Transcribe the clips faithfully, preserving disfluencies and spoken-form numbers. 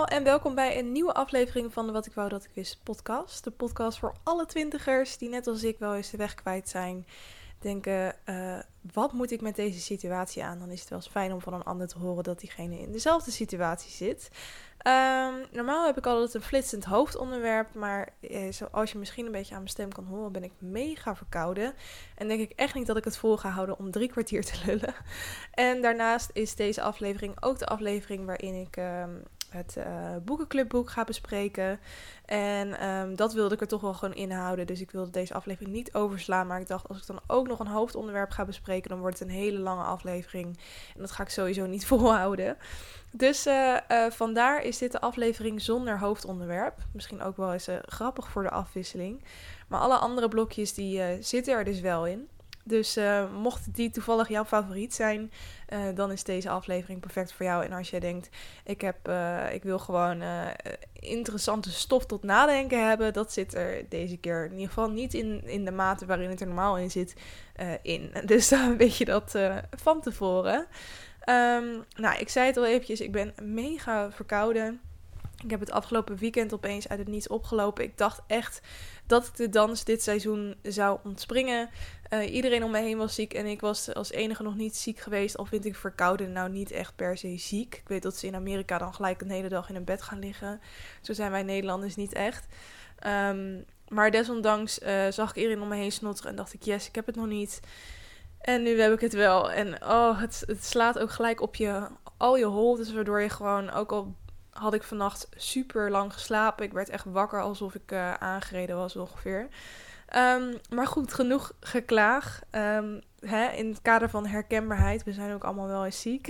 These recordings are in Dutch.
en welkom bij een nieuwe aflevering van de Wat ik wou dat ik wist podcast. De podcast voor alle twintigers die net als ik wel eens de weg kwijt zijn. Denken, uh, wat moet ik met deze situatie aan? Dan is het wel eens fijn om van een ander te horen dat diegene in dezelfde situatie zit. Um, normaal heb ik altijd een flitsend hoofdonderwerp, maar eh, zoals je misschien een beetje aan mijn stem kan horen, ben ik mega verkouden. En denk ik echt niet dat ik het vol ga houden om drie kwartier te lullen. En daarnaast is deze aflevering ook de aflevering waarin ik um, het uh, boekenclubboek ga bespreken. En um, dat wilde ik er toch wel gewoon inhouden. Dus ik wilde deze aflevering niet overslaan. Maar ik dacht, als ik dan ook nog een hoofdonderwerp ga bespreken, dan wordt het een hele lange aflevering. En dat ga ik sowieso niet volhouden. Dus uh, uh, vandaar is dit de aflevering zonder hoofdonderwerp. Misschien ook wel eens uh, grappig voor de afwisseling. Maar alle andere blokjes die uh, zitten er dus wel in. Dus uh, mocht die toevallig jouw favoriet zijn, uh, dan is deze aflevering perfect voor jou. En als jij denkt, ik, heb, uh, ik wil gewoon uh, interessante stof tot nadenken hebben, dat zit er deze keer in ieder geval niet in, in de mate waarin het er normaal in zit, uh, in. Dus dan weet je dat uh, van tevoren. Um, nou, ik zei het al eventjes, ik ben mega verkouden. Ik heb het afgelopen weekend opeens uit het niets opgelopen. Ik dacht echt dat ik de dans dit seizoen zou ontspringen. Uh, iedereen om me heen was ziek en ik was als enige nog niet ziek geweest. Al vind ik verkouden nou niet echt per se ziek. Ik weet dat ze in Amerika dan gelijk een hele dag in een bed gaan liggen. Zo zijn wij Nederlanders niet echt. Um, maar desondanks uh, zag ik iedereen om me heen snotteren en dacht ik, yes, ik heb het nog niet. En nu heb ik het wel. En oh, het, het slaat ook gelijk op je, al je holtes, waardoor je gewoon, ook al had ik vannacht super lang geslapen. Ik werd echt wakker alsof ik uh, aangereden was ongeveer. Um, maar goed, genoeg geklaag. Um, hè, in het kader van herkenbaarheid. We zijn ook allemaal wel eens ziek.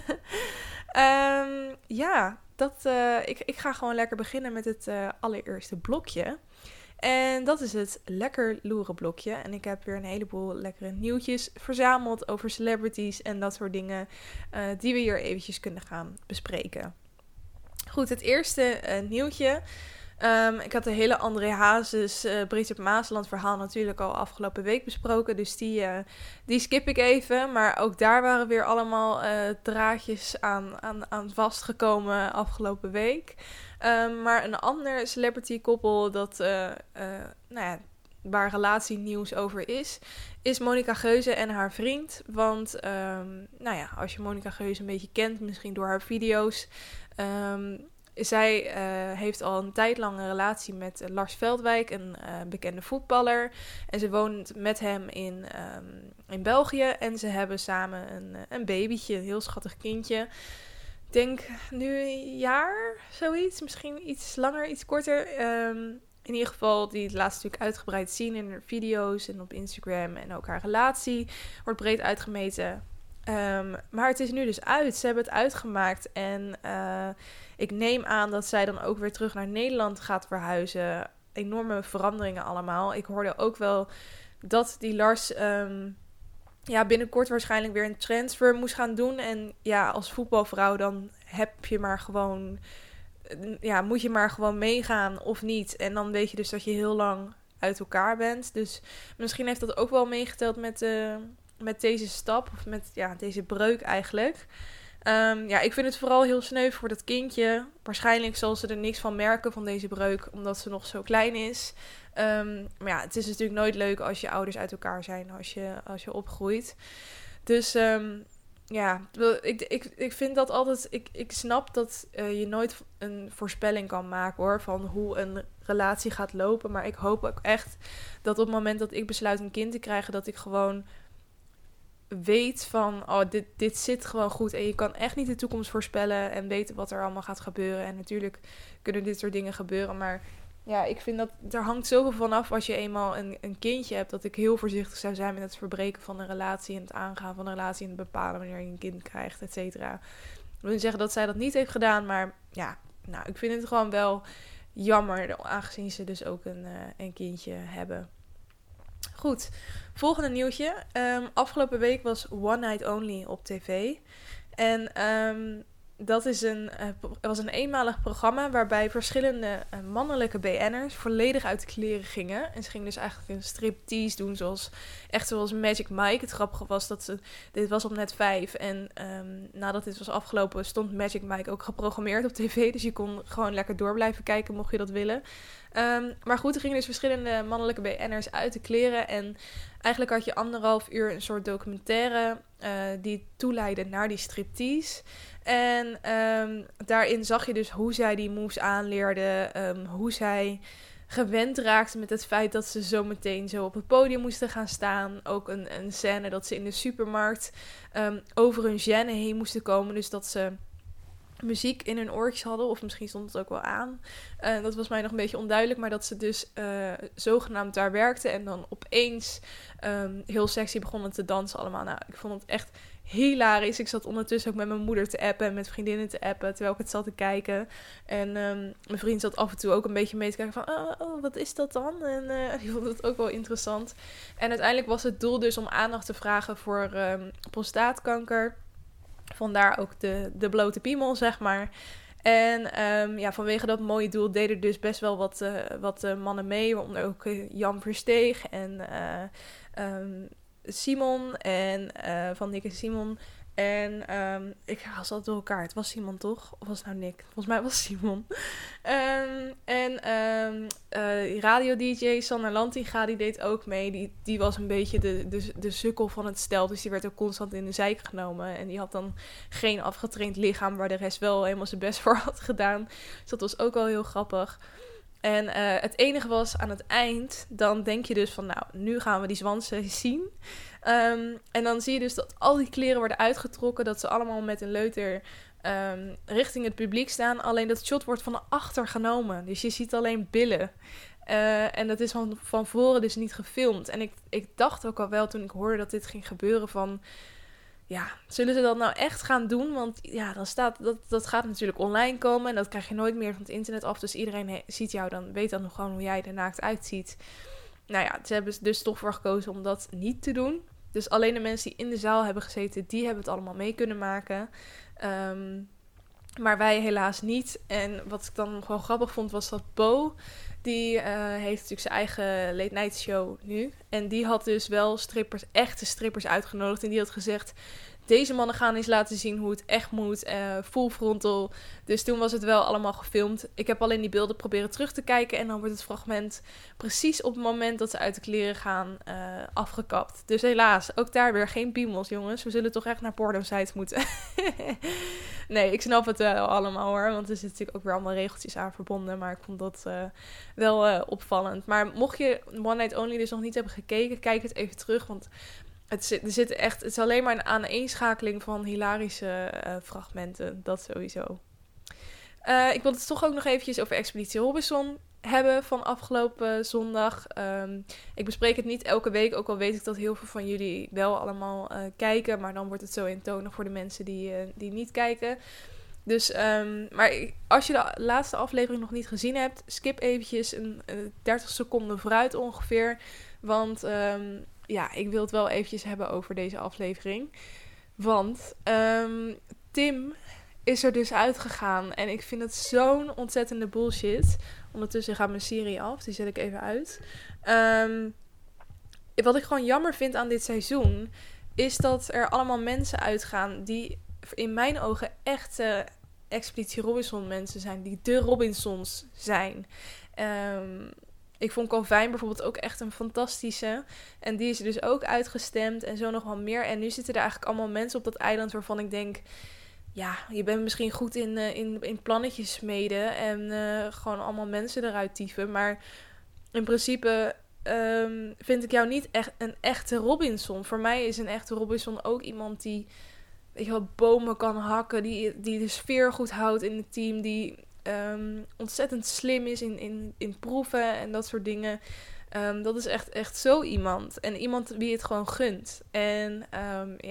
um, ja, dat, uh, ik, ik ga gewoon lekker beginnen met het uh, allereerste blokje. En dat is het lekker loeren blokje. En ik heb weer een heleboel lekkere nieuwtjes verzameld over celebrities en dat soort dingen. Uh, die we hier eventjes kunnen gaan bespreken. Goed, het eerste uh, nieuwtje. Um, ik had de hele André Hazes, uh, Bridget Maasland verhaal natuurlijk al afgelopen week besproken. Dus die, uh, die skip ik even. Maar ook daar waren weer allemaal uh, draadjes aan, aan, aan vastgekomen afgelopen week. Um, maar een ander celebrity koppel dat, uh, uh, nou ja, waar relatienieuws over is, is Monica Geuze en haar vriend. Want, um, nou ja, als je Monica Geuze een beetje kent, misschien door haar video's. Um, zij uh, heeft al een tijd lang een relatie met uh, Lars Veldwijk, een uh, bekende voetballer. En ze woont met hem in, um, in België. En ze hebben samen een, een babytje, een heel schattig kindje. Ik denk nu een jaar, zoiets. Misschien iets langer, iets korter. Um, in ieder geval, die laat ze natuurlijk uitgebreid zien in haar video's en op Instagram. En ook haar relatie wordt breed uitgemeten. Um, maar het is nu dus uit. Ze hebben het uitgemaakt. En uh, ik neem aan dat zij dan ook weer terug naar Nederland gaat verhuizen. Enorme veranderingen allemaal. Ik hoorde ook wel dat die Lars um, ja, binnenkort waarschijnlijk weer een transfer moest gaan doen. En ja, als voetbalvrouw dan heb je maar gewoon, ja, moet je maar gewoon meegaan of niet. En dan weet je dus dat je heel lang uit elkaar bent. Dus misschien heeft dat ook wel meegeteld met de... Uh, met deze stap, of met ja, deze breuk eigenlijk. Um, ja, ik vind het vooral heel sneu voor dat kindje. Waarschijnlijk zal ze er niks van merken van deze breuk, omdat ze nog zo klein is. Um, maar ja, het is natuurlijk nooit leuk als je ouders uit elkaar zijn, als je, als je opgroeit. Dus um, ja, ik, ik, ik vind dat altijd... Ik, ik snap dat uh, je nooit een voorspelling kan maken, hoor, van hoe een relatie gaat lopen. Maar ik hoop ook echt dat op het moment dat ik besluit een kind te krijgen, dat ik gewoon weet van, oh, dit, dit zit gewoon goed. En je kan echt niet de toekomst voorspellen en weten wat er allemaal gaat gebeuren. En natuurlijk kunnen dit soort dingen gebeuren. Maar ja, ik vind dat er hangt zoveel van af als je eenmaal een, een kindje hebt, dat ik heel voorzichtig zou zijn met het verbreken van een relatie en het aangaan van een relatie en het bepalen wanneer je een kind krijgt, et cetera. Ik wil niet zeggen dat zij dat niet heeft gedaan, maar ja, nou, ik vind het gewoon wel jammer, aangezien ze dus ook een, uh, een kindje hebben. Goed, volgende nieuwtje. Um, afgelopen week was One Night Only op tv. En um, dat is een, uh, was een eenmalig programma waarbij verschillende uh, mannelijke B N'ers volledig uit de kleren gingen. En ze gingen dus eigenlijk een striptease doen, zoals, echt zoals Magic Mike. Het grappige was dat ze, dit was op Net vijf en um, nadat dit was afgelopen stond Magic Mike ook geprogrammeerd op tv. Dus je kon gewoon lekker door blijven kijken mocht je dat willen. Um, maar goed, er gingen dus verschillende mannelijke B N'ers uit de kleren. En eigenlijk had je anderhalf uur een soort documentaire uh, die toeleidde naar die striptease. En um, daarin zag je dus hoe zij die moves aanleerden, um, hoe zij gewend raakten met het feit dat ze zo meteen zo op het podium moesten gaan staan. Ook een, een scène dat ze in de supermarkt um, over hun gêne heen moesten komen. Dus dat ze muziek in hun oortjes hadden, of misschien stond het ook wel aan. Uh, dat was mij nog een beetje onduidelijk, maar dat ze dus uh, zogenaamd daar werkten en dan opeens um, heel sexy begonnen te dansen allemaal. Nou, ik vond het echt hilarisch. Ik zat ondertussen ook met mijn moeder te appen en met vriendinnen te appen, terwijl ik het zat te kijken. En um, mijn vriend zat af en toe ook een beetje mee te kijken van, oh, oh wat is dat dan? En uh, die vond het ook wel interessant. En uiteindelijk was het doel dus om aandacht te vragen voor um, prostaatkanker. Vandaar ook de, de blote piemel, zeg maar. En um, ja, vanwege dat mooie doel deden dus best wel wat, uh, wat uh, mannen mee. Waaronder ook uh, Jan Versteeg en uh, um, Simon en uh, van Nick en Simon. En um, ik haal ze altijd door elkaar. Het was Simon toch? Of was het nou Nick? Volgens mij was het Simon. um, en um, uh, radio-D J Sander Lantinga, die deed ook mee. Die, die was een beetje de, de, de sukkel van het stel. Dus die werd ook constant in de zeik genomen. En die had dan geen afgetraind lichaam, waar de rest wel helemaal zijn best voor had gedaan. Dus dat was ook wel heel grappig. En uh, het enige was aan het eind, dan denk je dus van, nou, nu gaan we die zwansen zien. Um, en dan zie je dus dat al die kleren worden uitgetrokken, dat ze allemaal met een leuter um, richting het publiek staan. Alleen dat shot wordt van achter genomen, dus je ziet alleen billen. Uh, en dat is van, van voren dus niet gefilmd. En ik, ik dacht ook al wel toen ik hoorde dat dit ging gebeuren van, ja, zullen ze dat nou echt gaan doen? Want ja, dan staat, dat, dat gaat natuurlijk online komen en dat krijg je nooit meer van het internet af. Dus iedereen he- ziet jou dan, weet dan nog gewoon hoe jij er naakt uitziet. Nou ja, ze hebben dus toch voor gekozen om dat niet te doen. Dus alleen de mensen die in de zaal hebben gezeten, die hebben het allemaal mee kunnen maken. Um, maar wij helaas niet. En wat ik dan gewoon grappig vond, was dat Bo, die uh, heeft natuurlijk zijn eigen late night show nu. En die had dus wel strippers, echte strippers uitgenodigd. En die had gezegd, deze mannen gaan eens laten zien hoe het echt moet. Uh, full frontal. Dus toen was het wel allemaal gefilmd. Ik heb alleen die beelden proberen terug te kijken. En dan wordt het fragment precies op het moment dat ze uit de kleren gaan uh, afgekapt. Dus helaas, ook daar weer geen piemels, jongens. We zullen toch echt naar porno-sites moeten. Nee, ik snap het wel allemaal hoor. Want er zitten natuurlijk ook weer allemaal regeltjes aan verbonden. Maar ik vond dat uh, wel uh, opvallend. Maar mocht je One Night Only dus nog niet hebben gekeken, kijk het even terug. Want Het zit, er zit echt, het is alleen maar een aaneenschakeling van hilarische uh, fragmenten. Dat sowieso. Uh, ik wil het toch ook nog eventjes over Expeditie Robinson hebben van afgelopen zondag. Um, ik bespreek het niet elke week, ook al weet ik dat heel veel van jullie wel allemaal uh, kijken. Maar dan wordt het zo eentonig voor de mensen die, uh, die niet kijken. Dus, um, maar als je de laatste aflevering nog niet gezien hebt, skip eventjes een, een dertig seconden vooruit ongeveer. Want Um, ja, ik wil het wel eventjes hebben over deze aflevering. Want um, Tim is er dus uitgegaan. En ik vind het zo'n ontzettende bullshit. Ondertussen gaat mijn serie af. Die zet ik even uit. Um, wat ik gewoon jammer vind aan dit seizoen, is dat er allemaal mensen uitgaan die in mijn ogen echte Expeditie Robinson mensen zijn. Die de Robinsons zijn. Um, Ik vond Calvin bijvoorbeeld ook echt een fantastische. En die is er dus ook uitgestemd. En zo nog wel meer. En nu zitten er eigenlijk allemaal mensen op dat eiland waarvan ik denk, ja, je bent misschien goed in, uh, in, in plannetjes smeden. En uh, gewoon allemaal mensen eruit tyfen. Maar in principe um, vind ik jou niet echt een echte Robinson. Voor mij is een echte Robinson ook iemand die, weet je wel, bomen kan hakken. Die, die de sfeer goed houdt in het team. Die Um, ontzettend slim is in, in, in proeven en dat soort dingen. Um, dat is echt, echt zo iemand. En iemand wie het gewoon gunt. En um, ja,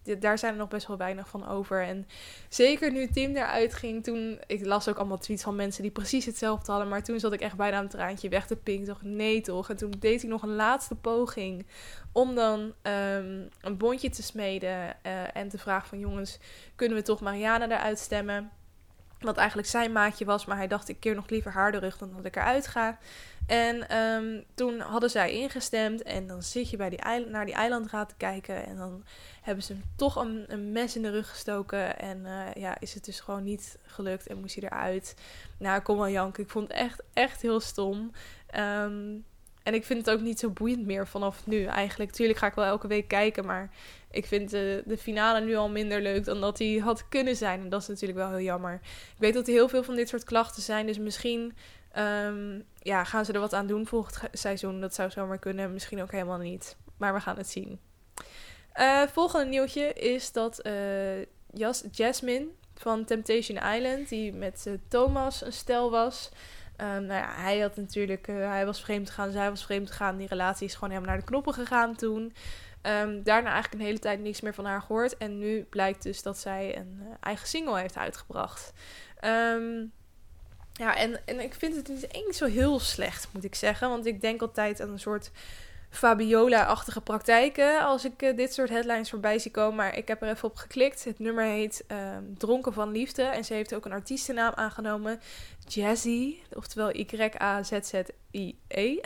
dit, daar zijn er nog best wel weinig van over. En zeker nu Tim eruit ging, toen... Ik las ook allemaal tweets van mensen die precies hetzelfde hadden. Maar toen zat ik echt bijna een traantje weg te pinken. Ik dacht, nee toch. En toen deed hij nog een laatste poging om dan um, een bondje te smeden. Uh, en te vragen van, jongens, kunnen we toch Marianne eruit stemmen? Wat eigenlijk zijn maatje was. Maar hij dacht, ik keer nog liever haar de rug dan dat ik eruit ga. En um, toen hadden zij ingestemd. En dan zit je bij die eiland, naar die eilandraad te kijken. En dan hebben ze hem toch een, een mes in de rug gestoken. En uh, ja, is het dus gewoon niet gelukt. En moest hij eruit. Nou, ik kon wel janken. Ik vond het echt, echt heel stom. Um, en ik vind het ook niet zo boeiend meer vanaf nu eigenlijk. Tuurlijk ga ik wel elke week kijken. Maar ik vind de, de finale nu al minder leuk dan dat hij had kunnen zijn. En dat is natuurlijk wel heel jammer. Ik weet dat er heel veel van dit soort klachten zijn. Dus misschien... Um, ja, gaan ze er wat aan doen volgend seizoen? Dat zou zomaar kunnen. Misschien ook helemaal niet. Maar we gaan het zien. Uh, volgende nieuwtje is dat uh, Jas- Jasmine van Temptation Island, die met uh, Thomas een stel was. Um, nou ja, hij had natuurlijk, uh, hij was vreemd gegaan, zij was vreemd gegaan. Die relatie is gewoon helemaal naar de knoppen gegaan toen. Um, daarna eigenlijk een hele tijd niks meer van haar gehoord. En nu blijkt dus dat zij een uh, eigen single heeft uitgebracht. Um, Ja, en, en ik vind het niet eens zo heel slecht, moet ik zeggen. Want ik denk altijd aan een soort Fabiola-achtige praktijken als ik uh, dit soort headlines voorbij zie komen. Maar ik heb er even op geklikt. Het nummer heet uh, Dronken van Liefde. En ze heeft ook een artiestennaam aangenomen. Jazzy, oftewel Y A Z Z I E.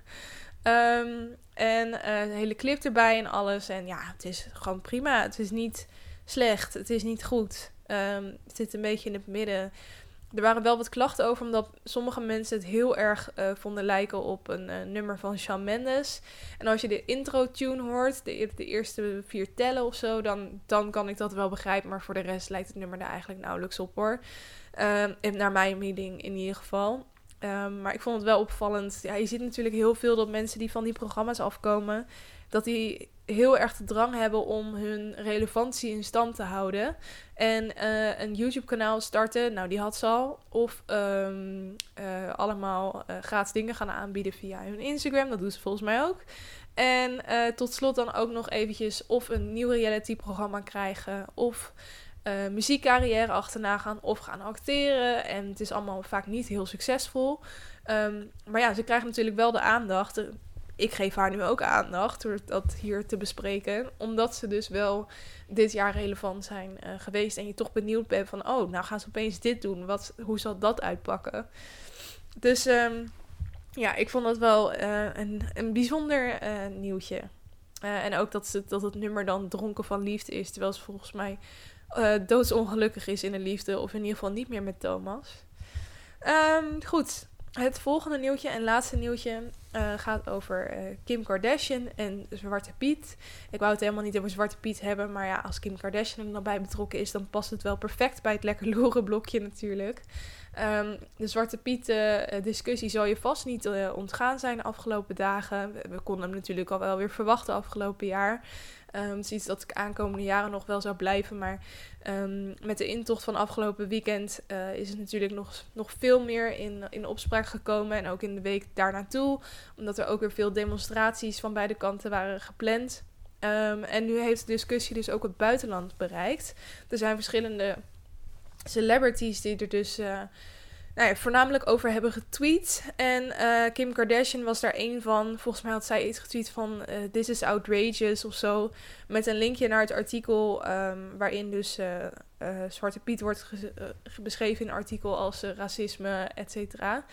um, en uh, een hele clip erbij en alles. En ja, het is gewoon prima. Het is niet slecht. Het is niet goed. Um, het zit een beetje in het midden. Er waren wel wat klachten over, omdat sommige mensen het heel erg uh, vonden lijken op een uh, nummer van Shawn Mendes. En als je de intro-tune hoort, de, de eerste vier tellen of zo, dan, dan kan ik dat wel begrijpen. Maar voor de rest lijkt het nummer daar eigenlijk nauwelijks op, hoor. Uh, naar mijn mening in ieder geval. Um, maar ik vond het wel opvallend. Ja, je ziet natuurlijk heel veel dat mensen die van die programma's afkomen, dat die heel erg de drang hebben om hun relevantie in stand te houden. En uh, een YouTube-kanaal starten, nou die had ze al. Of um, uh, allemaal uh, gratis dingen gaan aanbieden via hun Instagram. Dat doen ze volgens mij ook. En uh, tot slot dan ook nog eventjes of een nieuw reality-programma krijgen. Of uh, muziekcarrière achterna gaan. Of gaan acteren. En het is allemaal vaak niet heel succesvol. Um, maar ja, ze krijgen natuurlijk wel de aandacht. Ik geef haar nu ook aandacht door dat hier te bespreken. Omdat ze dus wel dit jaar relevant zijn uh, geweest. En je toch benieuwd bent van, oh, nou gaan ze opeens dit doen. Wat, hoe zal dat uitpakken? Dus um, ja, ik vond dat wel uh, een, een bijzonder uh, nieuwtje. Uh, en ook dat, ze, dat het nummer dan Dronken van Liefde is. Terwijl ze volgens mij uh, doodsongelukkig is in de liefde. Of in ieder geval niet meer met Thomas. Um, goed. Het volgende nieuwtje en laatste nieuwtje uh, gaat over uh, Kim Kardashian en Zwarte Piet. Ik wou het helemaal niet over Zwarte Piet hebben, maar ja, als Kim Kardashian er dan bij betrokken is, dan past het wel perfect bij het lekker loeren blokje natuurlijk. Um, de Zwarte Piet uh, discussie zal je vast niet uh, ontgaan zijn de afgelopen dagen. We, we konden hem natuurlijk al wel weer verwachten afgelopen jaar. Um, het is iets dat ik aankomende jaren nog wel zou blijven. Maar um, met de intocht van afgelopen weekend uh, is het natuurlijk nog, nog veel meer in, in opspraak gekomen. En ook in de week daarnaartoe. Omdat er ook weer veel demonstraties van beide kanten waren gepland. Um, en nu heeft de discussie dus ook het buitenland bereikt. Er zijn verschillende celebrities die er dus uh, nou ja, voornamelijk over hebben getweet. En uh, Kim Kardashian was daar één van. Volgens mij had zij iets getweet van uh, this is outrageous of zo. Met een linkje naar het artikel um, waarin dus uh, uh, Zwarte Piet wordt ge- uh, beschreven in een artikel als uh, racisme, et cetera.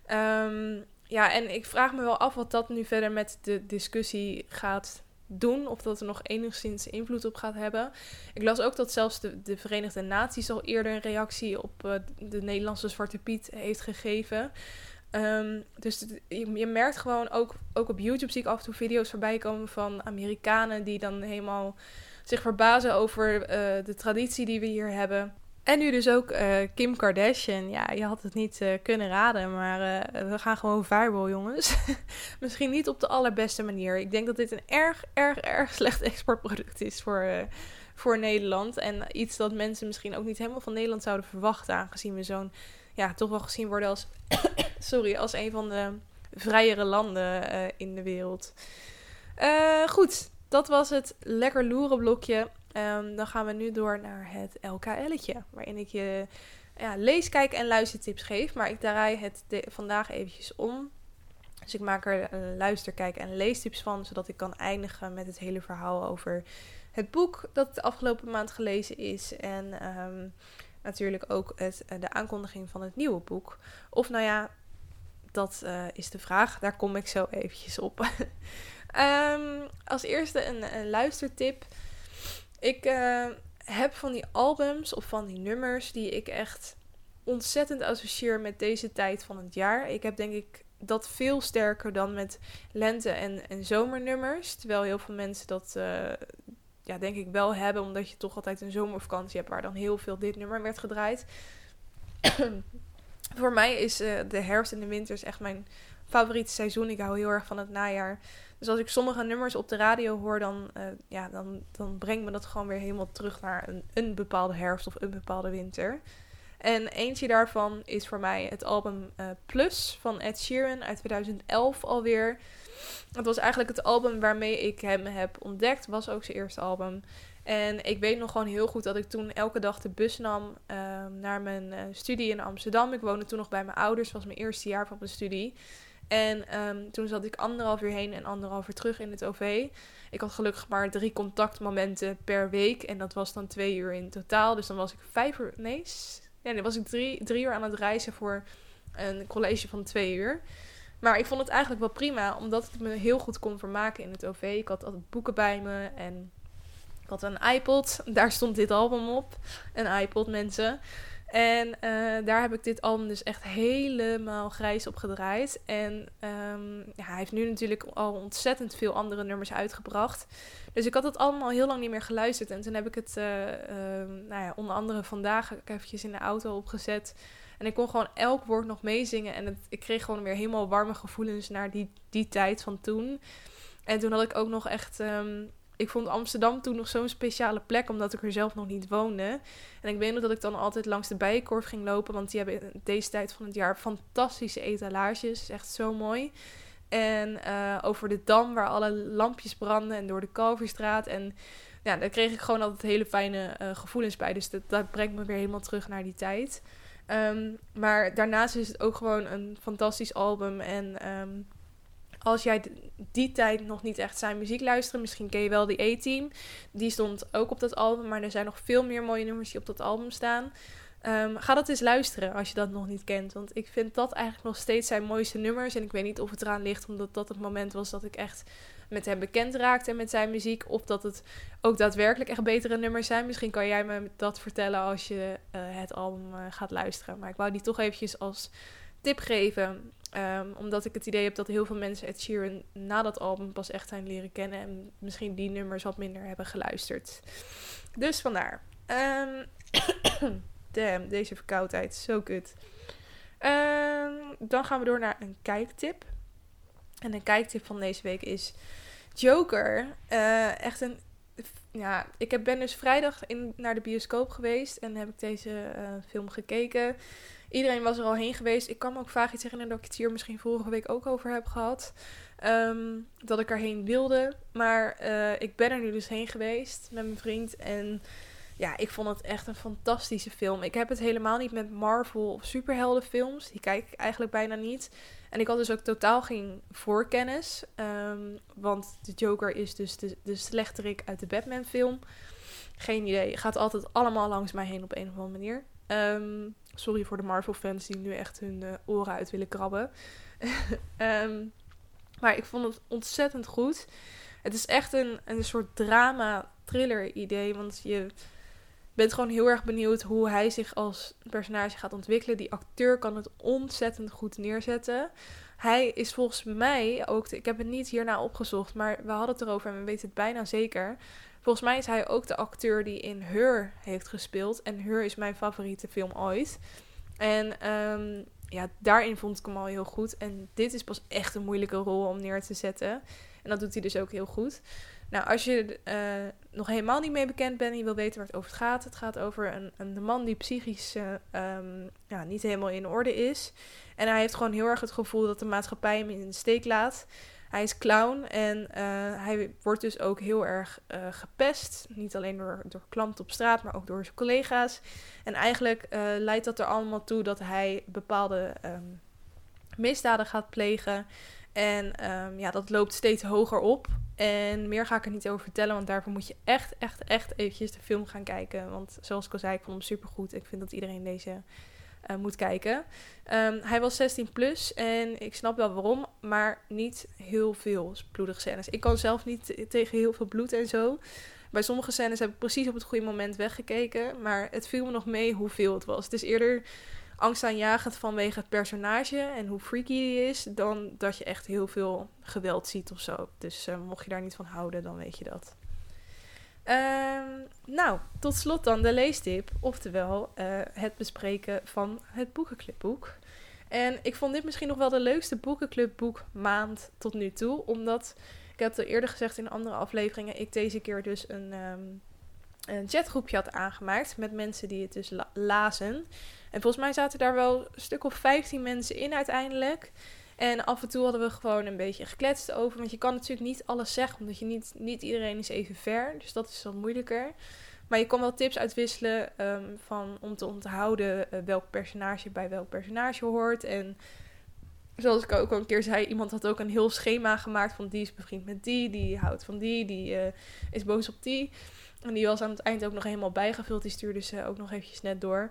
Um, ja, en ik vraag me wel af wat dat nu verder met de discussie gaat doen, of dat er nog enigszins invloed op gaat hebben. Ik las ook dat zelfs de, de Verenigde Naties al eerder een reactie op uh, de Nederlandse Zwarte Piet heeft gegeven. Um, dus de, je, je merkt gewoon, ook, ook op YouTube zie ik af en toe video's voorbij komen van Amerikanen die dan helemaal zich verbazen over uh, de traditie die we hier hebben. En nu dus ook uh, Kim Kardashian. Ja, je had het niet uh, kunnen raden, maar uh, we gaan gewoon viral, jongens. Misschien niet op de allerbeste manier. Ik denk dat dit een erg, erg, erg slecht exportproduct is voor, uh, voor Nederland. En iets dat mensen misschien ook niet helemaal van Nederland zouden verwachten, aangezien we zo'n, ja, toch wel gezien worden als, sorry, als een van de vrijere landen uh, in de wereld. Uh, goed. Dat was het lekker loeren blokje. Um, dan gaan we nu door naar het L K L'tje, waarin ik je ja, lees, kijk en luistertips geef. Maar ik draai het de- vandaag eventjes om. Dus ik maak er een luister, kijk en leestips van, zodat ik kan eindigen met het hele verhaal over het boek dat de afgelopen maand gelezen is. En um, natuurlijk ook het, de aankondiging van het nieuwe boek. Of nou ja, dat uh, is de vraag. Daar kom ik zo eventjes op. um, als eerste een, een luistertip. Ik uh, heb van die albums of van die nummers die ik echt ontzettend associeer met deze tijd van het jaar. Ik heb denk ik dat veel sterker dan met lente- en, en zomernummers. Terwijl heel veel mensen dat uh, ja, denk ik wel hebben, omdat je toch altijd een zomervakantie hebt waar dan heel veel dit nummer werd gedraaid. Voor mij is uh, de herfst en de winter is echt mijn favoriete seizoen. Ik hou heel erg van het najaar. Dus als ik sommige nummers op de radio hoor, dan, uh, ja, dan, dan brengt me dat gewoon weer helemaal terug naar een, een bepaalde herfst of een bepaalde winter. En eentje daarvan is voor mij het album uh, Plus van Ed Sheeran uit twintig elf alweer. Het was eigenlijk het album waarmee ik hem heb ontdekt. Was ook zijn eerste album. En ik weet nog gewoon heel goed dat ik toen elke dag de bus nam uh, naar mijn uh, studie in Amsterdam. Ik woonde toen nog bij mijn ouders. Het was mijn eerste jaar van mijn studie. En um, toen zat ik anderhalf uur heen en anderhalf uur terug in het O V. Ik had gelukkig maar drie contactmomenten per week. En dat was dan twee uur in totaal. Dus dan was ik vijf uur... Nee, ja, dan was ik drie, drie uur aan het reizen voor een college van twee uur. Maar ik vond het eigenlijk wel prima, omdat ik me heel goed kon vermaken in het O V. Ik had altijd boeken bij me en ik had een iPod. Daar stond dit album op. Een iPod, mensen. En uh, daar heb ik dit album dus echt helemaal grijs op gedraaid. En um, ja, hij heeft nu natuurlijk al ontzettend veel andere nummers uitgebracht. Dus ik had het allemaal heel lang niet meer geluisterd. En toen heb ik het uh, uh, nou ja, onder andere vandaag eventjes in de auto opgezet. En ik kon gewoon elk woord nog meezingen. En het, ik kreeg gewoon weer helemaal warme gevoelens naar die, die tijd van toen. En toen had ik ook nog echt... Um, ik vond Amsterdam toen nog zo'n speciale plek, omdat ik er zelf nog niet woonde. En ik weet nog dat ik dan altijd langs de Bijenkorf ging lopen, want die hebben in deze tijd van het jaar fantastische etalages. Is echt zo mooi. En uh, over de Dam, waar alle lampjes branden en door de Kalverstraat. En ja, daar kreeg ik gewoon altijd hele fijne uh, gevoelens bij. Dus dat, dat brengt me weer helemaal terug naar die tijd. Um, maar daarnaast is het ook gewoon een fantastisch album. En um, als jij die tijd nog niet echt zijn muziek luisterde, misschien ken je wel die A-Team. Die stond ook op dat album, maar er zijn nog veel meer mooie nummers die op dat album staan. Um, ga dat eens luisteren als je dat nog niet kent. Want ik vind dat eigenlijk nog steeds zijn mooiste nummers. En ik weet niet of het eraan ligt omdat dat het moment was dat ik echt met hem bekend raakte en met zijn muziek. Of dat het ook daadwerkelijk echt betere nummers zijn. Misschien kan jij me dat vertellen als je uh, het album uh, gaat luisteren. Maar ik wou die toch eventjes als tip geven. Um, omdat ik het idee heb dat heel veel mensen Ed Sheeran na dat album pas echt zijn leren kennen. En misschien die nummers wat minder hebben geluisterd. Dus vandaar. Um, damn, deze verkoudheid. Zo kut. Um, dan gaan we door naar een kijktip. En een kijktip van deze week is Joker. Uh, echt een... Ja, ik ben dus vrijdag in, naar de bioscoop geweest. En heb ik deze uh, film gekeken. Iedereen was er al heen geweest. Ik kan me ook vaag iets herinneren dat ik het hier misschien vorige week ook over heb gehad. Um, dat ik erheen wilde. Maar uh, ik ben er nu dus heen geweest met mijn vriend. En ja, ik vond het echt een fantastische film. Ik heb het helemaal niet met Marvel of superheldenfilms. Die kijk ik eigenlijk bijna niet. En ik had dus ook totaal geen voorkennis. Um, want de Joker is dus de, de slechterik uit de Batman film. Geen idee. Gaat altijd allemaal langs mij heen op een of andere manier. Um, sorry voor de Marvel fans die nu echt hun uh, oren uit willen krabben. um, maar ik vond het ontzettend goed. Het is echt een, een soort drama-thriller idee. Want je bent gewoon heel erg benieuwd hoe hij zich als personage gaat ontwikkelen. Die acteur kan het ontzettend goed neerzetten. Hij is volgens mij ook... Ik heb het niet hierna opgezocht, maar we hadden het erover en we weten het bijna zeker. Volgens mij is hij ook de acteur die in Her heeft gespeeld. En Her is mijn favoriete film ooit. En um, ja, daarin vond ik hem al heel goed. En dit is pas echt een moeilijke rol om neer te zetten. En dat doet hij dus ook heel goed. Nou, als je uh, nog helemaal niet mee bekend bent en je wil weten waar het over gaat. Het gaat over een, een man die psychisch uh, um, ja, niet helemaal in orde is. En hij heeft gewoon heel erg het gevoel dat de maatschappij hem in de steek laat. Hij is clown en uh, hij wordt dus ook heel erg uh, gepest. Niet alleen door, door klanten op straat, maar ook door zijn collega's. En eigenlijk uh, leidt dat er allemaal toe dat hij bepaalde um, misdaden gaat plegen. En um, ja, dat loopt steeds hoger op. En meer ga ik er niet over vertellen, want daarvoor moet je echt, echt, echt eventjes de film gaan kijken. Want zoals ik al zei, ik vond hem supergoed. Ik vind dat iedereen deze uh, moet kijken. Um, hij was zestien plus en ik snap wel waarom, maar niet heel veel bloedige scènes. Ik kan zelf niet t- tegen heel veel bloed en zo. Bij sommige scènes heb ik precies op het goede moment weggekeken, maar het viel me nog mee hoeveel het was. Het is eerder angstaanjagend vanwege het personage en hoe freaky die is, dan dat je echt heel veel geweld ziet of zo. Dus uh, mocht je daar niet van houden, dan weet je dat. Um, nou, tot slot dan de leestip, oftewel uh, het bespreken van het boekenclubboek. En ik vond dit misschien nog wel de leukste boekenclubboek maand tot nu toe, omdat, ik heb het al eerder gezegd in andere afleveringen, ik deze keer dus een, um, een chatgroepje had aangemaakt met mensen die het dus la- lazen. En volgens mij zaten daar wel een stuk of vijftien mensen in uiteindelijk. En af en toe hadden we gewoon een beetje gekletst over. Want je kan natuurlijk niet alles zeggen, omdat je niet, niet iedereen is even ver. Dus dat is wat moeilijker. Maar je kon wel tips uitwisselen um, van, om te onthouden uh, welk personage bij welk personage hoort. En zoals ik ook al een keer zei, iemand had ook een heel schema gemaakt van die is bevriend met die, die houdt van die, die uh, is boos op die. En die was aan het eind ook nog helemaal bijgevuld. Die stuurde ze ook nog eventjes net door.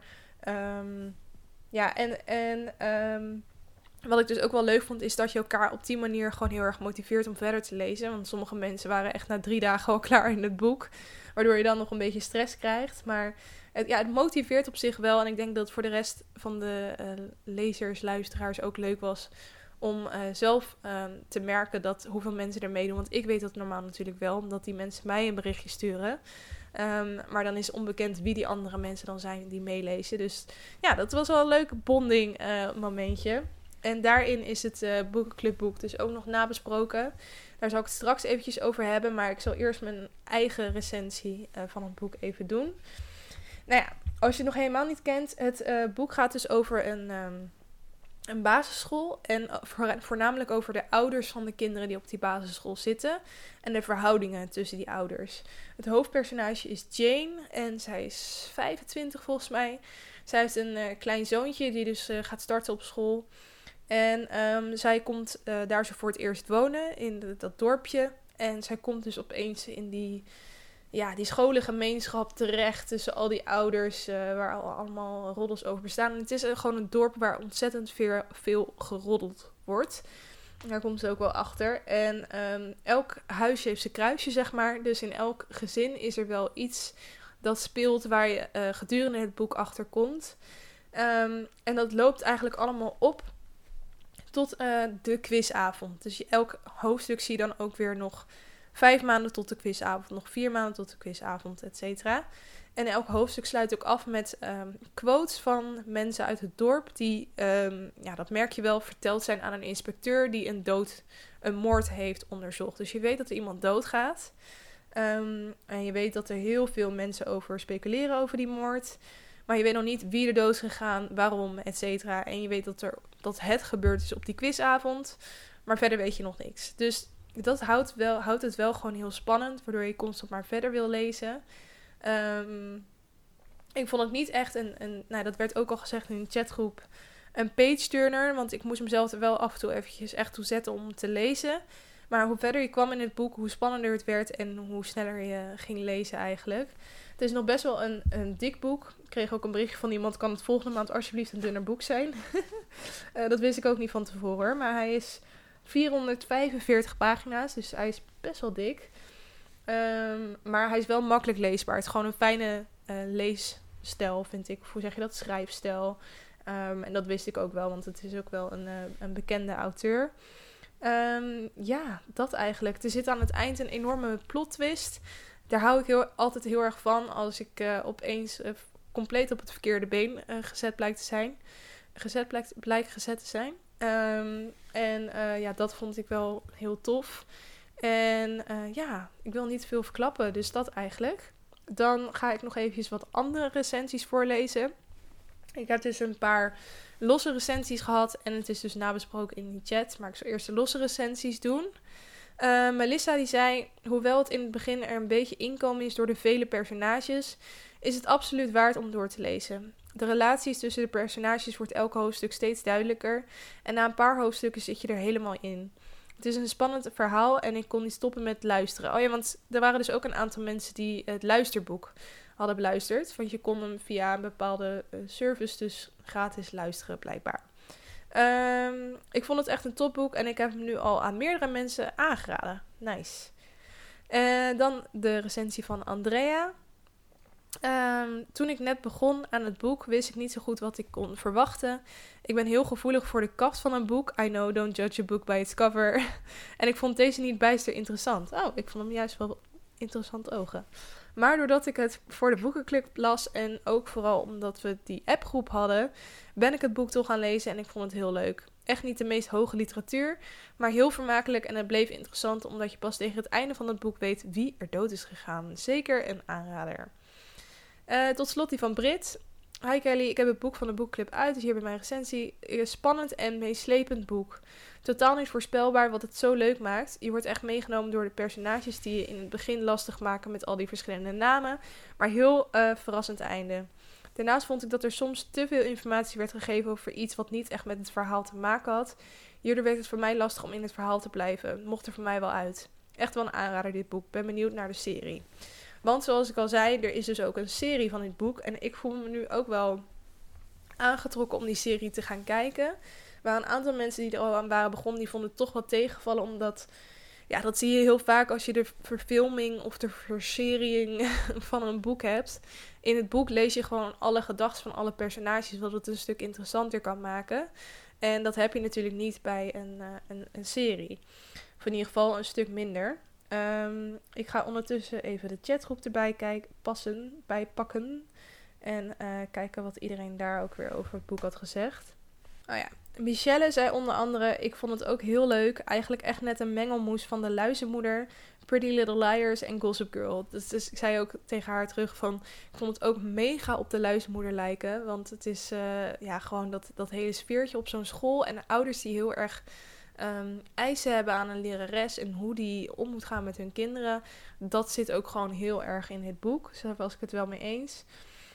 Um, ja, en, en um, wat ik dus ook wel leuk vond, is dat je elkaar op die manier gewoon heel erg motiveert om verder te lezen. Want sommige mensen waren echt na drie dagen al klaar in het boek, waardoor je dan nog een beetje stress krijgt. Maar het, ja, het motiveert op zich wel. En ik denk dat het voor de rest van de uh, lezers, luisteraars ook leuk was om uh, zelf uh, te merken dat hoeveel mensen er meedoen. Want ik weet dat normaal natuurlijk wel, omdat die mensen mij een berichtje sturen. Um, maar dan is onbekend wie die andere mensen dan zijn die meelezen. Dus ja, dat was wel een leuk bonding uh, momentje. En daarin is het uh, boekenclubboek dus ook nog nabesproken. Daar zal ik het straks eventjes over hebben. Maar ik zal eerst mijn eigen recensie uh, van het boek even doen. Nou ja, als je het nog helemaal niet kent. Het uh, boek gaat dus over een, um, een basisschool. En voor, voornamelijk over de ouders van de kinderen die op die basisschool zitten. En de verhoudingen tussen die ouders. Het hoofdpersonage is Jane. En zij is vijfentwintig volgens mij. Zij heeft een uh, klein zoontje die dus uh, gaat starten op school. En um, zij komt uh, daar zo voor het eerst wonen, in de, dat dorpje. En zij komt dus opeens in die, ja, die scholengemeenschap terecht tussen al die ouders, uh, waar al, allemaal roddels over bestaan. En het is uh, gewoon een dorp waar ontzettend veel, veel geroddeld wordt. Daar komt ze ook wel achter. En um, elk huisje heeft zijn kruisje, zeg maar. Dus in elk gezin is er wel iets dat speelt waar je uh, gedurende het boek achter komt. Um, en dat loopt eigenlijk allemaal op tot uh, de quizavond. Dus elk hoofdstuk zie je dan ook weer nog vijf maanden tot de quizavond. Nog vier maanden tot de quizavond, et cetera. En elk hoofdstuk sluit ook af met um, quotes van mensen uit het dorp. Die, um, ja, dat merk je wel, verteld zijn aan een inspecteur die een dood, een moord heeft onderzocht. Dus je weet dat er iemand doodgaat. Um, en je weet dat er heel veel mensen over speculeren over die moord. Maar je weet nog niet wie er dood is gegaan, waarom, et cetera. En je weet dat, er, dat het gebeurd is op die quizavond. Maar verder weet je nog niks. Dus dat houdt, wel, houdt het wel gewoon heel spannend. Waardoor je constant maar verder wil lezen. Um, ik vond het niet echt een, een... Nou, dat werd ook al gezegd in de chatgroep. Een page-turner. Want ik moest mezelf er wel af en toe eventjes echt toe zetten om te lezen. Maar hoe verder je kwam in het boek, hoe spannender het werd. En hoe sneller je ging lezen eigenlijk. Het is nog best wel een, een dik boek. Ik kreeg ook een berichtje van iemand, kan het volgende maand alsjeblieft een dunner boek zijn? uh, dat wist ik ook niet van tevoren. Maar hij is vierhonderdvijfenveertig pagina's, dus hij is best wel dik. Um, maar hij is wel makkelijk leesbaar. Het is gewoon een fijne uh, leesstijl, vind ik. Of hoe zeg je dat? Schrijfstijl. Um, en dat wist ik ook wel, want het is ook wel een, uh, een bekende auteur. Um, ja, dat eigenlijk. Er zit aan het eind een enorme plot twist. Daar hou ik heel, altijd heel erg van als ik uh, opeens uh, compleet op het verkeerde been uh, gezet blijkt te zijn. Gezet blijkt, blijkt gezet te zijn. Um, en uh, ja, dat vond ik wel heel tof. En uh, ja, ik wil niet veel verklappen, dus dat eigenlijk. Dan ga ik nog eventjes wat andere recensies voorlezen. Ik heb dus een paar losse recensies gehad. En het is dus nabesproken in die chat. Maar ik zal eerst de losse recensies doen. Uh, Melissa die zei, hoewel het in het begin er een beetje inkomen is door de vele personages, is het absoluut waard om door te lezen. De relaties tussen de personages wordt elk hoofdstuk steeds duidelijker. En na een paar hoofdstukken zit je er helemaal in. Het is een spannend verhaal en ik kon niet stoppen met luisteren. Oh ja, want er waren dus ook een aantal mensen die het luisterboek hadden beluisterd. Want je kon hem via een bepaalde uh, service dus gratis luisteren blijkbaar. Um, ik vond het echt een topboek en ik heb hem nu al aan meerdere mensen aangeraden. Nice. Uh, dan de recensie van Andrea. Um, toen ik net begon aan het boek, wist ik niet zo goed wat ik kon verwachten. Ik ben heel gevoelig voor de kaft van een boek. I know, don't judge a book by its cover. En ik vond deze niet bijster interessant. Oh, ik vond hem juist wel interessant ogen. Maar doordat ik het voor de boekenclub las en ook vooral omdat we die appgroep hadden, ben ik het boek toch gaan lezen en ik vond het heel leuk. Echt niet de meest hoge literatuur, maar heel vermakelijk en het bleef interessant omdat je pas tegen het einde van het boek weet wie er dood is gegaan. Zeker een aanrader. Uh, tot slot die van Brit. Hi Kelly, ik heb het boek van de boekclub uit, dus hier bij mijn recensie. Een spannend en meeslepend boek. Totaal niet voorspelbaar wat het zo leuk maakt. Je wordt echt meegenomen door de personages die je in het begin lastig maken met al die verschillende namen. Maar heel uh, verrassend einde. Daarnaast vond ik dat er soms te veel informatie werd gegeven over iets wat niet echt met het verhaal te maken had. Hierdoor werd het voor mij lastig om in het verhaal te blijven. Mocht er voor mij wel uit. Echt wel een aanrader dit boek. Ben benieuwd naar de serie. Want zoals ik al zei, er is dus ook een serie van dit boek. En ik voel me nu ook wel aangetrokken om die serie te gaan kijken. Er waren een aantal mensen die er al aan waren begonnen, die vonden het toch wat tegenvallen. Omdat, ja, dat zie je heel vaak als je de verfilming of de verseriering van een boek hebt. In het boek lees je gewoon alle gedachten van alle personages, wat het een stuk interessanter kan maken. En dat heb je natuurlijk niet bij een, uh, een, een serie. Of in ieder geval een stuk minder. Um, ik ga ondertussen even de chatgroep erbij kijken, passen, bijpakken. En uh, kijken wat iedereen daar ook weer over het boek had gezegd. Oh ja, Michelle zei onder andere, ik vond het ook heel leuk. Eigenlijk echt net een mengelmoes van de Luizenmoeder, Pretty Little Liars en Gossip Girl. Dus, dus ik zei ook tegen haar terug van, ik vond het ook mega op de Luizenmoeder lijken. Want het is uh, ja gewoon dat, dat hele sfeertje op zo'n school. En de ouders die heel erg Um, eisen hebben aan een lerares en hoe die om moet gaan met hun kinderen. Dat zit ook gewoon heel erg in het boek. Dus daar was ik het wel mee eens.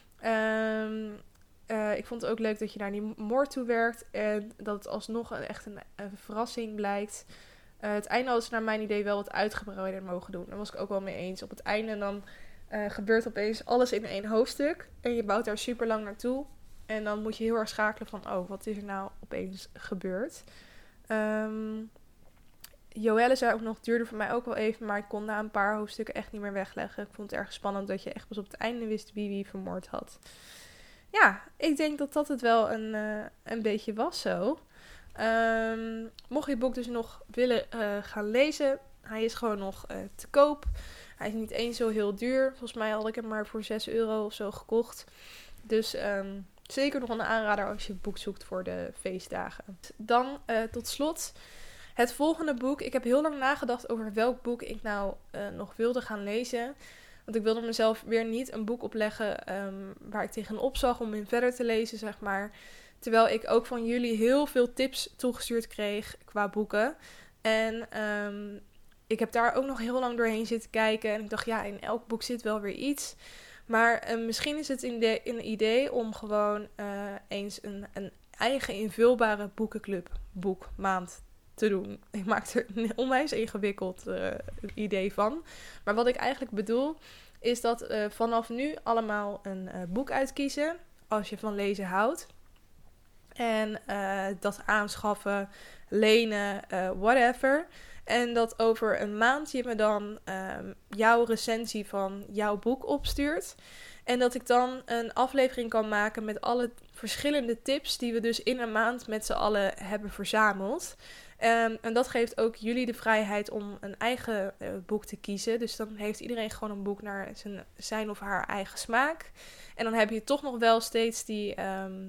Um, uh, ik vond het ook leuk dat je daar niet moord toe werkt. En dat het alsnog een, echt een, een verrassing blijkt. Uh, het einde hadden ze naar mijn idee wel wat uitgebreider mogen doen. Daar was ik ook wel mee eens. Op het einde dan uh, gebeurt opeens alles in één hoofdstuk. En je bouwt daar super lang naartoe. En dan moet je heel erg schakelen van, oh, wat is er nou opeens gebeurd? Um, Joelle zei ook nog, het duurde voor mij ook wel even, maar ik kon na een paar hoofdstukken echt niet meer wegleggen. Ik vond het erg spannend dat je echt pas op het einde wist wie wie vermoord had. Ja, ik denk dat dat het wel een, uh, een beetje was zo. Um, mocht je het boek dus nog willen uh, gaan lezen, hij is gewoon nog uh, te koop. Hij is niet eens zo heel duur. Volgens mij had ik hem maar voor zes euro of zo gekocht. Dus um, zeker nog een aanrader als je het boek zoekt voor de feestdagen. Dan uh, tot slot het volgende boek. Ik heb heel lang nagedacht over welk boek ik nou uh, nog wilde gaan lezen. Want ik wilde mezelf weer niet een boek opleggen um, waar ik tegenop zag om in verder te lezen, zeg maar. Terwijl ik ook van jullie heel veel tips toegestuurd kreeg qua boeken. En um, ik heb daar ook nog heel lang doorheen zitten kijken. En ik dacht, ja, in elk boek zit wel weer iets. Maar uh, misschien is het in de, in een idee om gewoon uh, eens een, een eigen invulbare boekenclub boekmaand te doen. Ik maak er een onwijs ingewikkeld uh, idee van. Maar wat ik eigenlijk bedoel is dat uh, vanaf nu allemaal een uh, boek uitkiezen als je van lezen houdt. En uh, dat aanschaffen, lenen, uh, whatever. En dat over een maand je me dan um, jouw recensie van jouw boek opstuurt. En dat ik dan een aflevering kan maken met alle verschillende tips die we dus in een maand met z'n allen hebben verzameld. Um, en dat geeft ook jullie de vrijheid om een eigen uh, boek te kiezen. Dus dan heeft iedereen gewoon een boek naar zijn, zijn of haar eigen smaak. En dan heb je toch nog wel steeds die, um,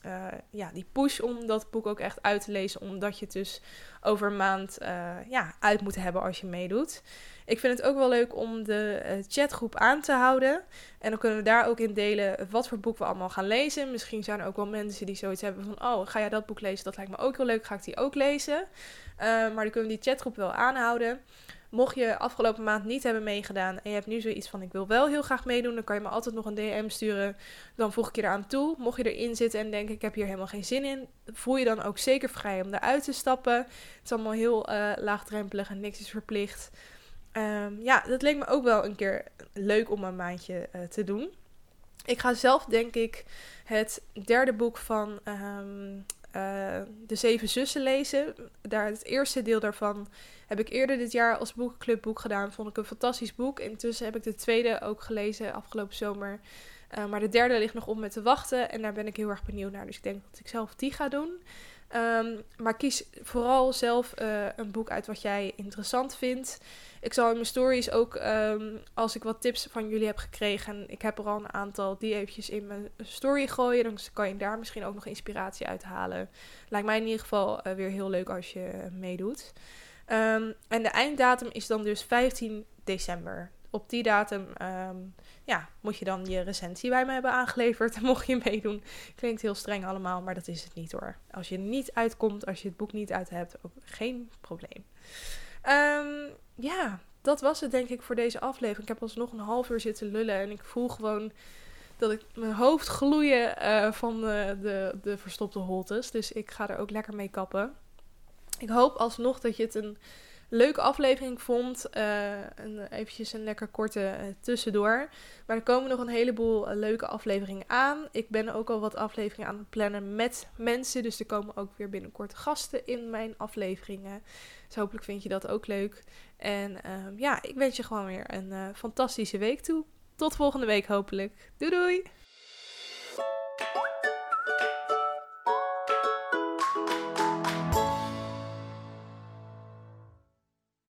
uh, ja, die push om dat boek ook echt uit te lezen. Omdat je het dus over een maand uh, ja, uit moet hebben als je meedoet. Ik vind het ook wel leuk om de uh, chatgroep aan te houden. En dan kunnen we daar ook in delen wat voor boek we allemaal gaan lezen. Misschien zijn er ook wel mensen die zoiets hebben van... oh, ga jij dat boek lezen? Dat lijkt me ook heel leuk. Ga ik die ook lezen? Uh, maar dan kunnen we die chatgroep wel aanhouden. Mocht je afgelopen maand niet hebben meegedaan... en je hebt nu zoiets van... ik wil wel heel graag meedoen... dan kan je me altijd nog een D M sturen. Dan voeg ik je eraan toe. Mocht je erin zitten en denken... ik heb hier helemaal geen zin in... voel je dan ook zeker vrij om eruit te stappen. Het is allemaal heel uh, laagdrempelig en niks is verplicht... Um, ja, dat leek me ook wel een keer leuk om een maandje uh, te doen. Ik ga zelf denk ik het derde boek van um, uh, De Zeven Zussen lezen. Daar, het eerste deel daarvan heb ik eerder dit jaar als boekenclubboek gedaan. Vond ik een fantastisch boek. Intussen heb ik de tweede ook gelezen afgelopen zomer. Uh, maar de derde ligt nog op me te wachten. En daar ben ik heel erg benieuwd naar. Dus ik denk dat ik zelf die ga doen. Um, maar kies vooral zelf uh, een boek uit wat jij interessant vindt. Ik zal in mijn stories ook, um, als ik wat tips van jullie heb gekregen... en ik heb er al een aantal, die eventjes in mijn story gooien. Dan kan je daar misschien ook nog inspiratie uit halen. Lijkt mij in ieder geval uh, weer heel leuk als je uh, meedoet. Um, en de einddatum is dan dus vijftien december. Op die datum um, ja, moet je dan je recensie bij me hebben aangeleverd. En mocht je meedoen. Klinkt heel streng allemaal, maar dat is het niet hoor. Als je er niet uitkomt, als je het boek niet uit hebt, ook geen probleem. Um, ja, dat was het denk ik voor deze aflevering. Ik heb alsnog een half uur zitten lullen. En ik voel gewoon dat ik mijn hoofd gloeien uh, van de, de, de verstopte holtes. Dus ik ga er ook lekker mee kappen. Ik hoop alsnog dat je het een leuke aflevering vond. Uh, een, eventjes een lekker korte uh, tussendoor. Maar er komen nog een heleboel uh, leuke afleveringen aan. Ik ben ook al wat afleveringen aan het plannen met mensen. Dus er komen ook weer binnenkort gasten in mijn afleveringen. Dus hopelijk vind je dat ook leuk. En uh, ja, ik wens je gewoon weer een uh, fantastische week toe. Tot volgende week hopelijk. Doei doei!